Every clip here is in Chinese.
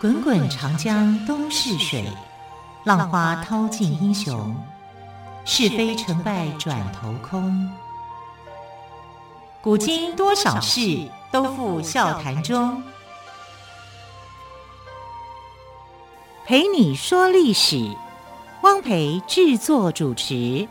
滚滚长江东逝水，浪花淘尽英雄。是非成败转头空。古今多少事，都付笑谈中。陪你说历史，汪培制作主持。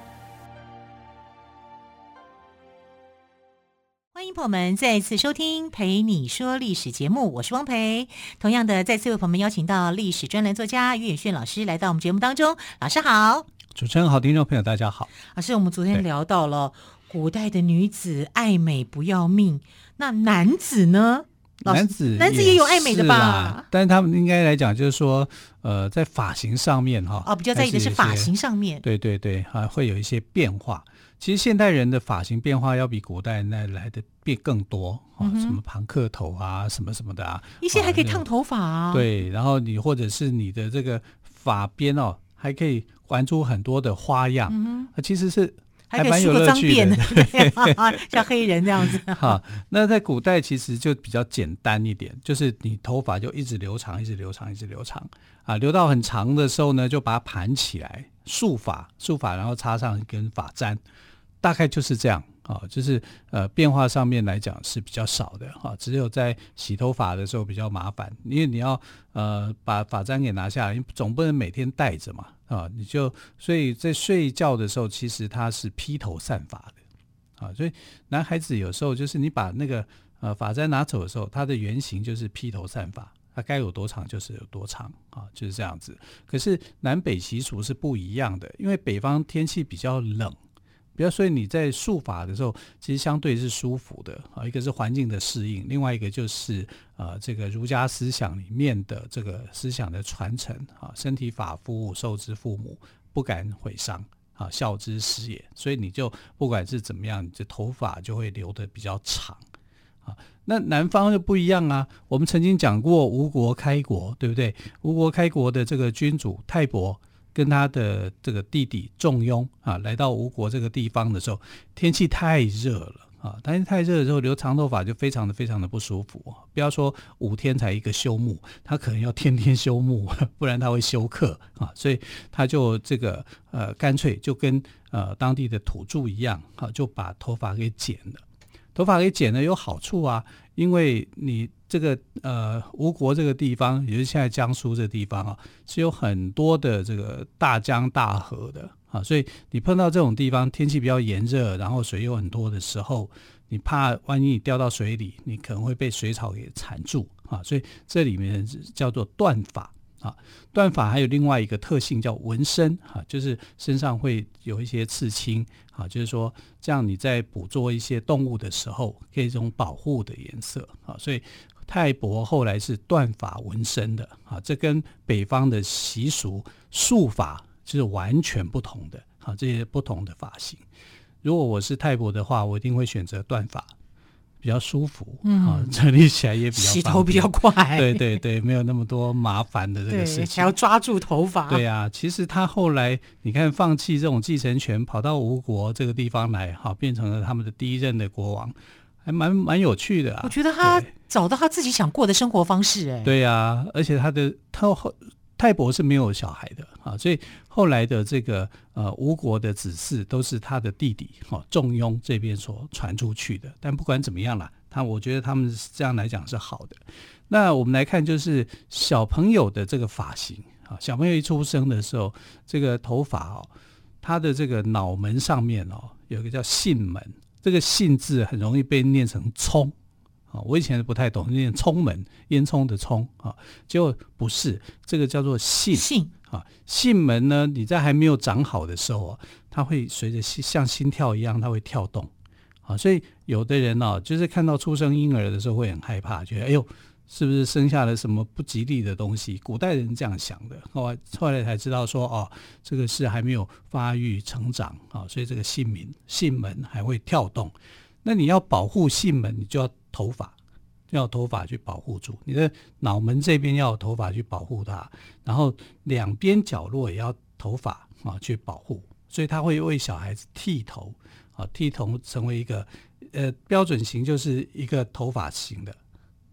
欢迎朋友们再次收听陪你说历史节目，我是汪培。同样的，再次为朋友们邀请到历史专栏作家岳轩老师来到我们节目当中。老师好。 主持人好，听众朋友大家好。 老师，我们昨天聊到了古代的女子爱美不要命，那男子呢？ 男子也有爱美的吧？ 但是他们应该来讲，就是说，在发型上面哈， 比较在意的是发型上面。 对对对，会有一些变化。其实现代人的发型变化要比古代那来的变更多什么庞克头啊，什么什么的啊， 一些还可以烫头发啊。 对，然后你或者是你的这个发边还可以玩出很多的花样，其实是还蛮有乐趣的， 像黑人这样子。 好，那在古代其实就比较简单一点，就是你头发就一直留长，一直留长，一直留长啊，留到很长的时候呢，就把它盘起来，束发，然后插上一根发簪，大概就是这样啊，就是变化上面来讲是比较少的啊，只有在洗头发的时候比较麻烦，因为你要把发簪给拿下来，你总不能每天戴着嘛啊，所以在睡觉的时候，其实它是披头散发的啊，所以男孩子有时候就是你把那个发簪拿走的时候，它的原型就是披头散发，它该有多长就是有多长啊，就是这样子。可是南北习俗是不一样的，因为北方天气比较冷。所以你在束发的时候其实相对是舒服的啊，一个是环境的适应，另外一个就是这个儒家思想里面的这个思想的传承啊，身体发肤受之父母，不敢毁伤啊，孝之始也。所以你就不管是怎么样，你的头发就会留得比较长啊。那南方就不一样啊，我们曾经讲过吴国开国，对不对？吴国开国的这个君主泰伯跟他的这个弟弟仲雍啊，来到吴国这个地方的时候，天气太热了啊！但是太热的时候，留长头发就非常的不舒服。不要说5天才一个休沐，他可能要天天休沐，不然他会休克啊！所以他就这个干脆就跟当地的土著一样啊，就把头发给剪了。头发给剪了有好处啊，因为你这个吴国这个地方，也就是现在江苏这个地方啊，是有很多的这个大江大河的啊，所以你碰到这种地方天气比较炎热，然后水又很多的时候，你怕万一你掉到水里，你可能会被水草给缠住啊，所以这里面叫做断发。啊，断发还有另外一个特性叫纹身啊，就是身上会有一些刺青啊，就是说这样你在捕捉一些动物的时候，可以这种保护的颜色啊，所以泰伯后来是断发纹身的啊，这跟北方的习俗束发就是完全不同的啊，这些不同的发型。如果我是泰伯的话，我一定会选择断发。比较舒服整理起来也比较方便， 洗头比较快， 对对对，没有那么多麻烦的这个事情， 还要抓住头发。 对啊，其实他后来你看放弃这种继承权，跑到吴国这个地方来，变成了他们的第一任的国王，还蛮有趣的啊。 我觉得他找到他自己想过的生活方式， 对啊，而且泰伯是没有小孩的啊，所以后来的这个吴国的子嗣都是他的弟弟仲雍这边所传出去的。但不管怎么样啦，我觉得他们这样来讲是好的。那我们来看就是小朋友的这个发型啊，小朋友一出生的时候，这个头发他的这个脑门上面有一个叫囟门，这个囟字很容易被念成葱。我以前不太懂，念葱门，烟囱的葱啊，结果不是，这个叫做囟啊。囟门呢，你在还没有长好的时候它会随着像心跳一样，它会跳动啊。所以有的人就是看到出生婴儿的时候会很害怕，觉得哎呦，是不是生下了什么不吉利的东西？古代人这样想的，后来才知道说这个是还没有发育成长啊，所以这个囟门还会跳动。那你要保护囟门，你就要要有头发去保护住你的脑门，这边要有头发去保护它，然后两边角落也要头发去保护，所以他会为小孩子剃头剃头成为一个标准型，就是一个头发型的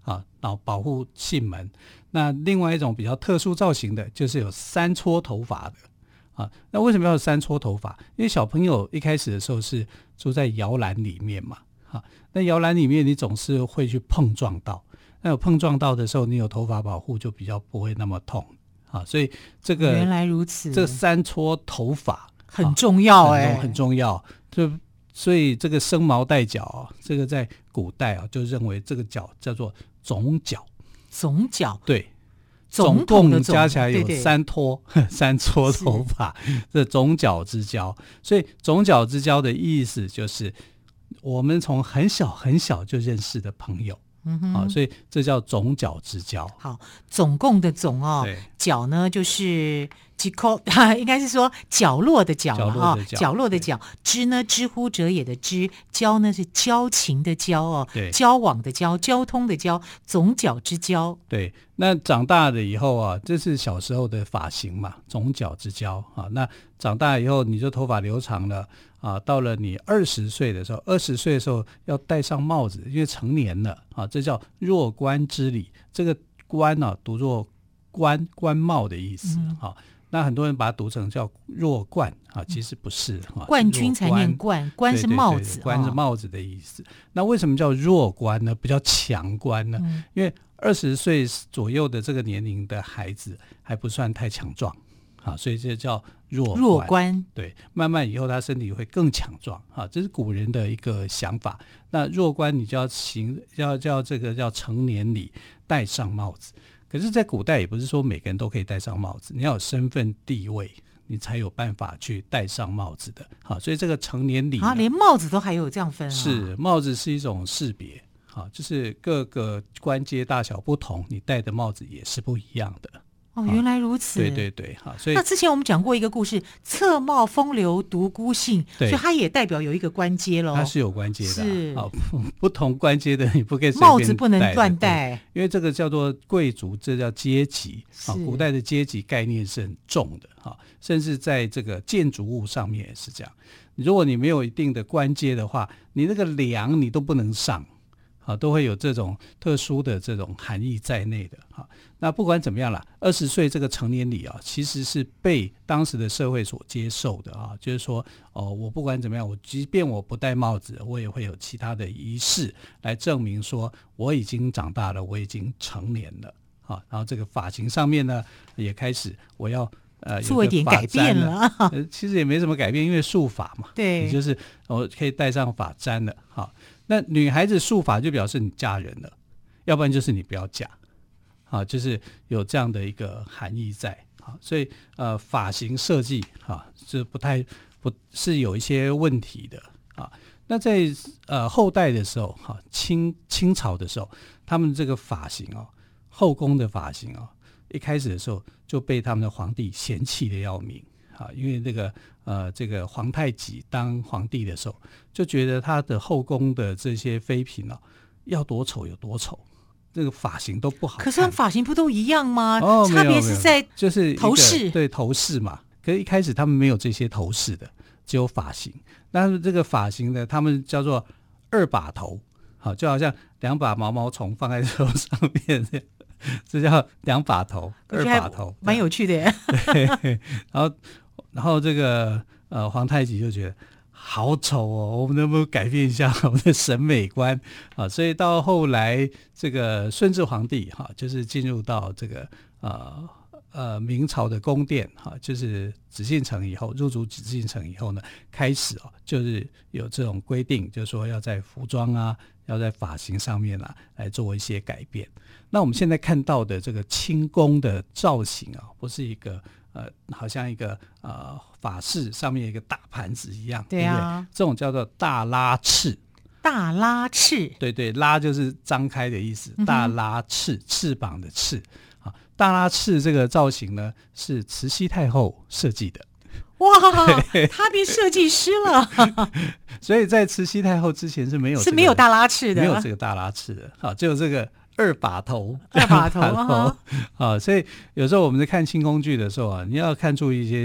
啊，然后保护囟门。那另外一种比较特殊造型的，就是有3撮头发的啊。那为什么要有3撮头发？因为小朋友一开始的时候是住在摇篮里面嘛，啊，那摇篮里面你总是会去碰撞到，那有碰撞到的时候，你有头发保护就比较不会那么痛啊。所以这个原来如此， 这3撮头发很重要很重要。所以这个生毛带角这个在古代就认为这个角叫做总角。 总角， 对，总共加起来有3撮头发，这总角之交。所以总角之交的意思就是我们从很小很小就认识的朋友。所以这叫总角之交。 好，总共的总角呢就是应该是说角落的角了角落的角。知呢，知乎者也的知。交呢是交情的交交往的交，交通的交，总角之交。 对，那长大了以后这是小时候的发型嘛，总角之交那长大以后你就头发留长了到了你20岁的时候，20岁的时候要戴上帽子，因为成年了这叫弱冠之礼。这个冠读作冠帽的意思那很多人把它读成叫弱冠其实不是冠军才念冠，冠是帽子， 对，冠是帽子的意思。那为什么叫弱冠呢？不叫强冠呢？因为20岁左右的这个年龄的孩子还不算太强壮所以这叫弱冠。对，慢慢以后他身体会更强壮这是古人的一个想法。那弱冠你就要叫这个叫成年礼，戴上帽子。可是在古代也不是说每个人都可以戴上帽子，你要有身份地位你才有办法去戴上帽子的所以这个成年礼连帽子都还有这样分是，帽子是一种识别就是各个官阶大小不同，你戴的帽子也是不一样的原来如此。 对所以那之前我们讲过一个故事，侧帽风流独孤信，所以它也代表有一个官阶咯。 它是有官阶的是不同官阶的你不可以随便帽子不能乱戴， 因为这个叫做贵族，这叫阶级古代的阶级概念是很重的甚至在这个建筑物上面也是这样。如果你没有一定的官阶的话，你那个梁你都不能上都会有这种特殊的这种含义在内的那不管怎么样啦，20岁这个成年礼其实是被当时的社会所接受的就是说我不管怎么样，我即便我不戴帽子，我也会有其他的仪式来证明说我已经长大了，我已经成年了然后这个发型上面呢也开始我要做一点改变了其实也没什么改变，因为束发嘛， 对， 你就是我可以戴上发簪了那女孩子束发就表示你嫁人了，要不然就是你不要嫁就是有这样的一个含义在所以发型设计是不是有一些问题的那在后代的时候清朝的时候，他们这个发型后宫的发型一开始的时候就被他们的皇帝嫌弃的要命因为这个皇太极当皇帝的时候就觉得他的后宫的这些妃嫔要多丑有多丑，这个发型都不好看。 可是发型不都一样吗？差别是在就是头饰， 对，头饰嘛。可是一开始他们没有这些头饰的，只有发型。但是这个发型呢，他们叫做2把头就好像2把毛毛虫放在头上面这叫2把头，2把头， 蛮有趣的耶。 对，然后这个皇太极就觉得好丑我们能不能改变一下我们的审美观所以到后来这个顺治皇帝就是进入到这个明朝的宫殿就是紫禁城以后，入主紫禁城以后呢，开始就是有这种规定，就是说要在服装要在发型上面来做一些改变。那我们现在看到的这个清宫的造型不是一个好像一个法式上面一个大盘子一样， 对啊， 对不对？这种叫做大拉翅。 大拉翅， 对，拉就是张开的意思，大拉翅，翅膀的翅大拉翅这个造型呢是慈禧太后设计的。 哇，她变设计师了。 所以在慈禧太后之前是没有大拉翅的， 没有这个大拉翅的只有这个2把头 2把头所以有时候我们在看清宫剧的时候你要看出一些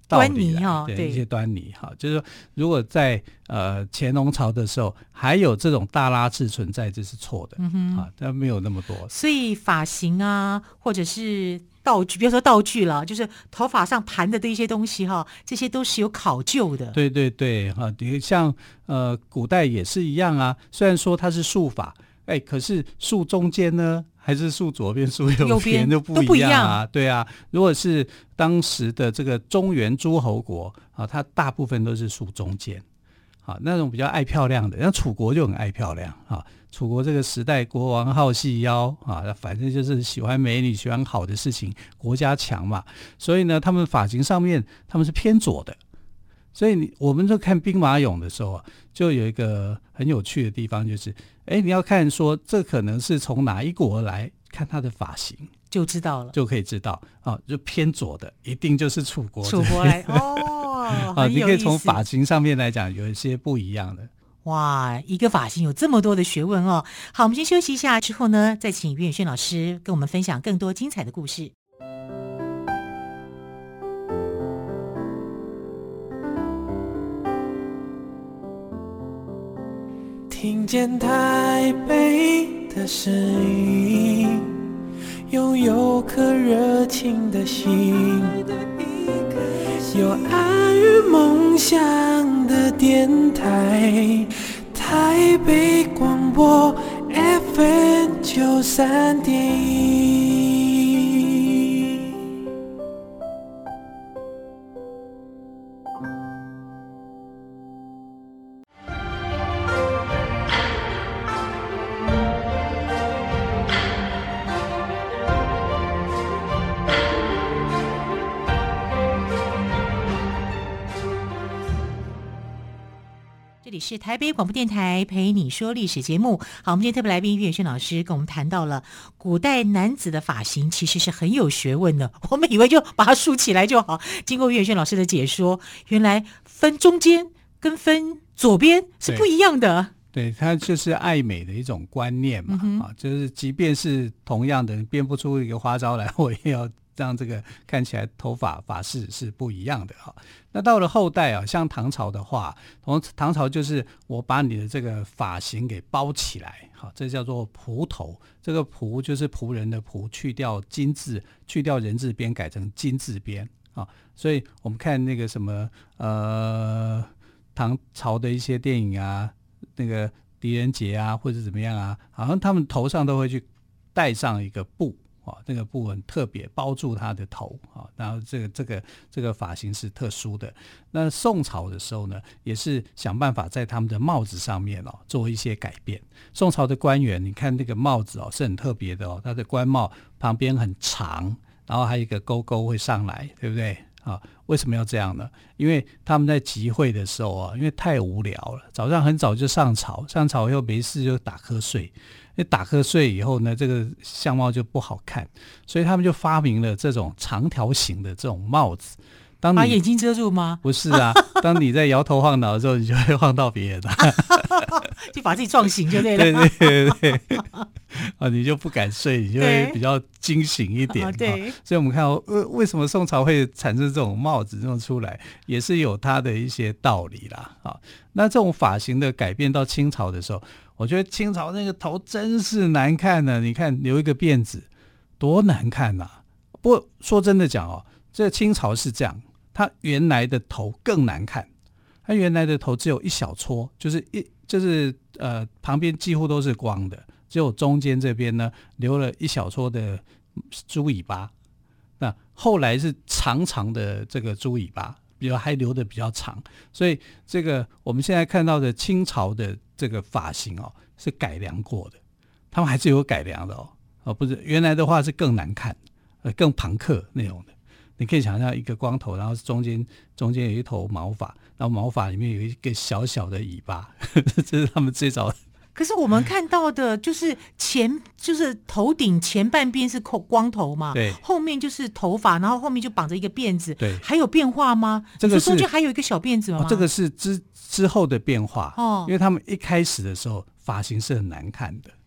端倪哈， 对一些端倪哈，就是说，如果在乾隆朝的时候还有这种大拉翅存在，这是错的，但没有那么多。 所以发型啊，或者是道具，不要说道具了，就是头发上盘的一些东西哈，这些都是有考究的。 对对对哈，像古代也是一样啊，虽然说它是束发，可是束中间呢？还是束左边束右边就不一样啊，对啊。如果是当时的这个中原诸侯国啊，它大部分都是束中间，啊，那种比较爱漂亮的，像楚国就很爱漂亮啊。楚国这个时代，国王好细腰啊，反正就是喜欢美女，喜欢好的事情，国家强嘛，所以呢，他们发型上面他们是偏左的。所以我们就看兵马俑的时候啊，就有一个很有趣的地方，就是你要看说这可能是从哪一国来，看他的发型就知道了， 就可以知道啊，就偏左的一定就是楚国来哦， 啊，你可以从发型上面来讲有一些不一样的。 哇，一个发型有这么多的学问哦。好，我们先休息一下，之后呢，再请袁远轩老师跟我们分享更多精彩的故事。 听见台北的声音，拥有颗热情的心，有爱与梦想的电台，台北广播 FM93.1。 这里是台北广播电台陪你说历史节目。好，我们今天特别来宾岳远轩老师跟我们谈到了古代男子的发型其实是很有学问的，我们以为就把它梳起来就好，经过岳远轩老师的解说，原来分中间跟分左边是不一样的。 对，它就是爱美的一种观念嘛，就是即便是同样的编不出一个花招来，我也要让这个看起来头发发饰是不一样的哈。那到了后代啊，像唐朝的话，唐朝就是我把你的这个发型给包起来，好，这叫做仆头。这个仆就是仆人的仆，去掉金字，去掉人字边，改成金字边啊。所以我们看那个什么唐朝的一些电影啊，那个狄仁杰啊，或者怎么样啊，好像他们头上都会去戴上一个布。那个布很特别，包住他的头啊，然后这个发型是特殊的。那宋朝的时候呢，也是想办法在他们的帽子上面做一些改变。宋朝的官员，你看那个帽子是很特别的他的官帽旁边很长，然后还有一个勾勾会上来，对不对？为什么要这样呢？因为他们在集会的时候因为太无聊了，早上很早就上朝以后没事就打瞌睡。打瞌睡以后呢，这个相貌就不好看，所以他们就发明了这种长条形的这种帽子。 把眼睛遮住吗？ 不是啊，当你在摇头晃脑的时候，你就会晃到别人就把自己撞醒就对了。 对对对对你就不敢睡，你就会比较惊醒一点。 对， 所以我们看为什么宋朝会产生这种帽子弄出来，也是有它的一些道理啦。那这种发型的改变到清朝的时候，我觉得清朝那个头真是难看呢。你看留一个辫子多难看啊。不过说真的讲这清朝是这样，他原来的头更难看。他原来的头只有一小撮，就是旁边几乎都是光的，只有中间这边呢留了一小撮的猪尾巴。那后来是长长的这个猪尾巴，比如还留的比较长，所以这个我们现在看到的清朝的这个发型是改良过的，他们还是有改良的不是原来的话是更难看，更朋克那种的。你可以想象一个光头，然后中间有一头毛发，然后毛发里面有一个小小的尾巴这是他们最早的。 可是我们看到的就是头顶前半边是光头嘛， 对， 后面就是头发，然后后面就绑着一个辫子， 对， 还有变化吗？ 这个中间还有一个小辫子吗？ 这个是之后的变化因为他们一开始的时候发型是很难看的，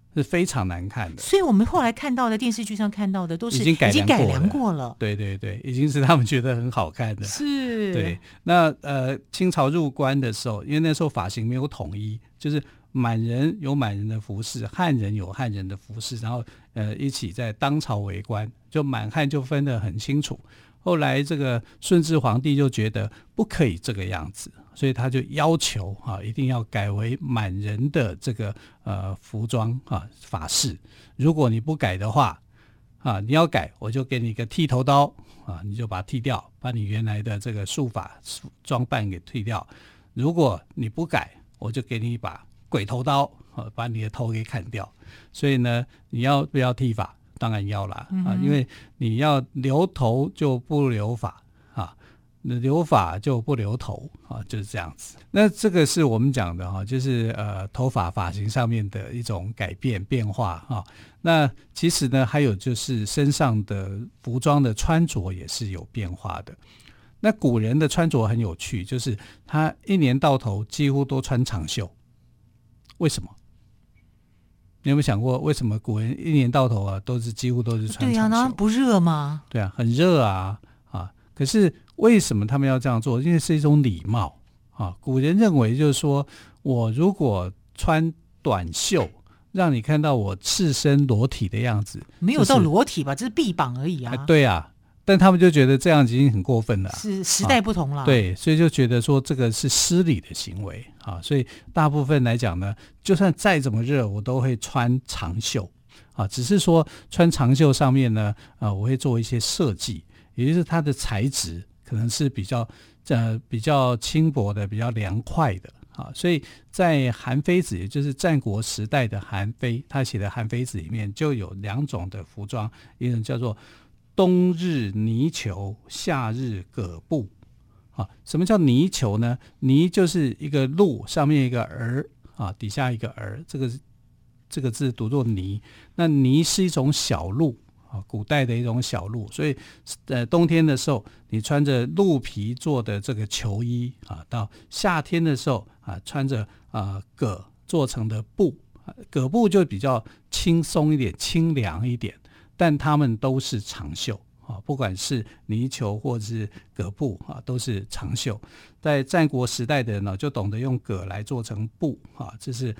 是非常难看的。 所以我们后来看到的电视剧上看到的都是已经改良过了。 对对对，已经是他们觉得很好看的。 是， 对。那清朝入关的时候，因为那时候发型没有统一，就是满人有满人的服饰，汉人有汉人的服饰，然后一起在当朝为官，就满汉就分得很清楚。后来这个顺治皇帝就觉得不可以这个样子，所以他就要求一定要改为满人的这个服装发饰。如果你不改的话你要改，我就给你一个剃头刀你就把它剃掉，把你原来的这个束发装扮给剃掉。如果你不改，我就给你一把鬼头刀把你的头给砍掉。所以呢，你要不要剃发？当然要啦因为你要留头就不留发留发就不留头就是这样子。那这个是我们讲的就是头发发型上面的一种改变变化那其实呢，还有就是身上的服装的穿着也是有变化的。那古人的穿着很有趣，就是他一年到头几乎都穿长袖。为什么？你有没有想过，为什么古人一年到头几乎都是穿长袖？ 对啊，那不热吗？ 对啊，很热可是为什么他们要这样做？因为是一种礼貌古人认为就是说，我如果穿短袖，让你看到我赤身裸体的样子， 没有到裸体吧，这是臂膀而已对啊。但他们就觉得这样已经很过分了， 是时代不同了对，所以就觉得说这个是失礼的行为所以大部分来讲呢，就算再怎么热，我都会穿长袖只是说穿长袖上面呢我会做一些设计，也就是它的材质可能是比较轻薄的，比较凉快的所以在韩非子，也就是战国时代的韩非，他写的韩非子里面就有2种的服装，一种叫做冬日呢裘，夏日葛布什么叫呢裘呢？呢就是一个鹿，上面一个儿底下一个儿，这个字读作呢。那呢是一种小鹿古代的一种小鹿，所以冬天的时候你穿着鹿皮做的这个球衣到夏天的时候穿着葛做成的布，葛布就比较轻松一点，清凉一点，但它们都是长袖不管是呢裘或者是葛布都是长袖。在战国时代的人呢，就懂得用葛来做成布这是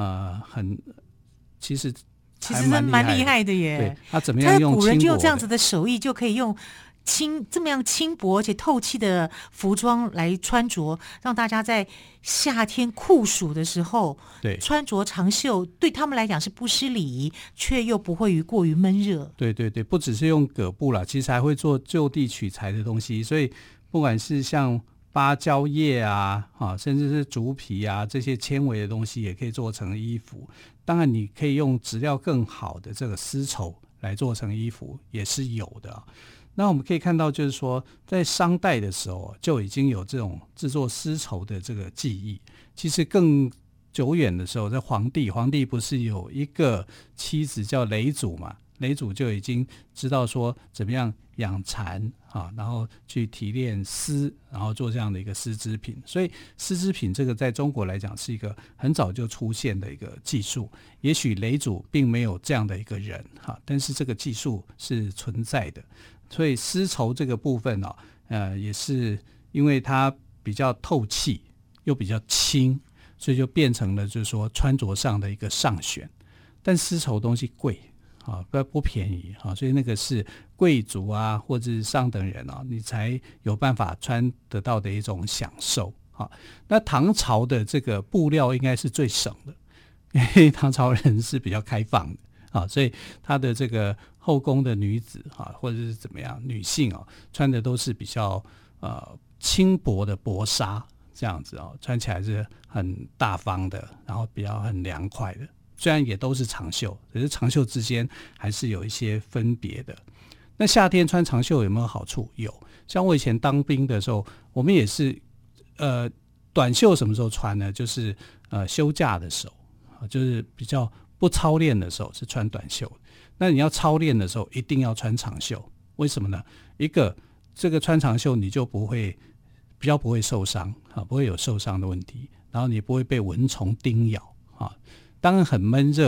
其实蛮厉害的耶。 对，他怎么样用古人就用这样子的手艺，就可以用这么样轻薄而且透气的服装来穿着，让大家在夏天酷暑的时候穿着长袖，对他们来讲是不失礼仪，却又不会过于闷热。 对对对，不只是用葛布啦，其实还会做就地取材的东西，所以不管是像芭蕉叶甚至是竹皮这些纤维的东西也可以做成衣服。当然你可以用质料更好的这个丝绸来做成衣服也是有的那我们可以看到，就是说在商代的时候就已经有这种制作丝绸的这个技艺。其实更久远的时候，在皇帝不是有一个妻子叫嫘祖嘛？嫘祖就已经知道说怎么样养蚕然后去提炼丝，然后做这样的一个丝织品。所以丝织品这个在中国来讲是一个很早就出现的一个技术。也许嫘祖并没有这样的一个人但是这个技术是存在的。所以丝绸这个部分也是因为它比较透气又比较轻，所以就变成了就是说穿着上的一个上选。但丝绸东西贵不便宜所以那个是贵族或者是上等人你才有办法穿得到的一种享受那唐朝的这个布料应该是最省的，因为唐朝人是比较开放的所以他的这个后宫的女子或者是怎么样女性穿的都是比较轻薄的薄纱这样子穿起来是很大方的，然后比较很凉快的。虽然也都是长袖，可是长袖之间还是有一些分别的。那夏天穿长袖有没有好处？有，像我以前当兵的时候，我们也是短袖什么时候穿呢？就是休假的时候，就是比较不操练的时候是穿短袖。那你要操练的时候一定要穿长袖，为什么呢？一个这个穿长袖你就比较不会受伤不会有受伤的问题，然后你不会被蚊虫叮咬当然很闷热啦，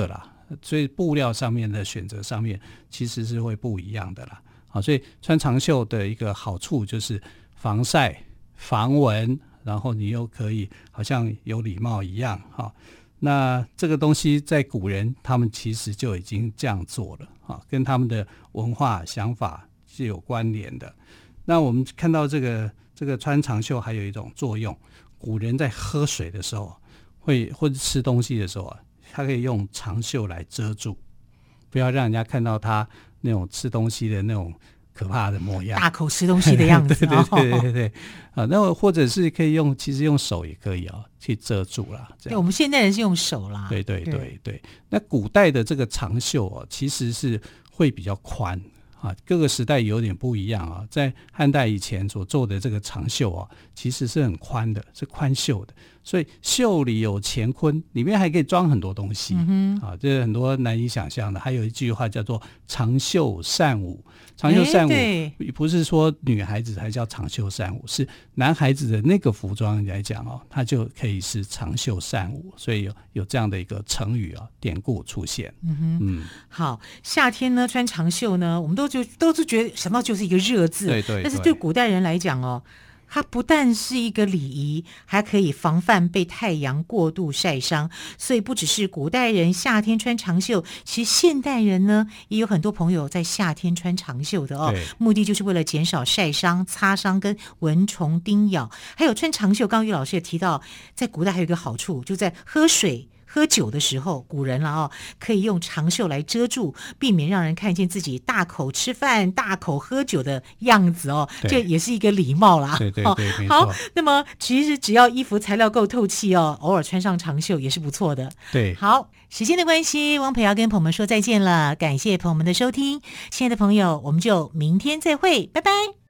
所以布料上面的选择上面其实是会不一样的啦。好，所以穿长袖的一个好处就是防晒、防蚊，然后你又可以好像有礼貌一样。好，那这个东西在古人他们其实就已经这样做了，跟他们的文化想法是有关联的。那我们看到这个穿长袖还有一种作用，古人在喝水的时候或者吃东西的时候他可以用长袖来遮住，不要让人家看到他那种吃东西的那种可怕的模样， 大口吃东西的样子。 对那或者是可以其实用手也可以去遮住啦。 对，我们现代人是用手啦。 对。那古代的这个长袖其实是会比较宽各个时代有点不一样在汉代以前所做的这个长袖其实是很宽的，是宽袖的，所以袖里有乾坤，里面还可以装很多东西。这是很多难以想象的。还有一句话叫做长袖善舞，长袖善舞不是说女孩子才叫长袖善舞，是男孩子的那个服装来讲它就可以是长袖善舞，所以有这样的一个成语典故出现。 好，夏天呢穿长袖呢，我们都是觉得想到就是一个热字， 对， 但是对古代人来讲它不但是一个礼仪，还可以防范被太阳过度晒伤。所以不只是古代人夏天穿长袖，其实现代人呢也有很多朋友在夏天穿长袖的目的就是为了减少晒伤、擦伤跟蚊虫叮咬。还有穿长袖，刚刚于老师也提到，在古代还有一个好处，就在喝酒的时候，古人可以用长袖来遮住，避免让人看见自己大口吃饭、大口喝酒的样子这也是一个礼貌啦。 对， 好，那么其实只要衣服材料够透气偶尔穿上长袖也是不错的。 对， 好，时间的关系，汪培要跟朋友们说再见了，感谢朋友们的收听，亲爱的朋友，我们就明天再会，拜拜。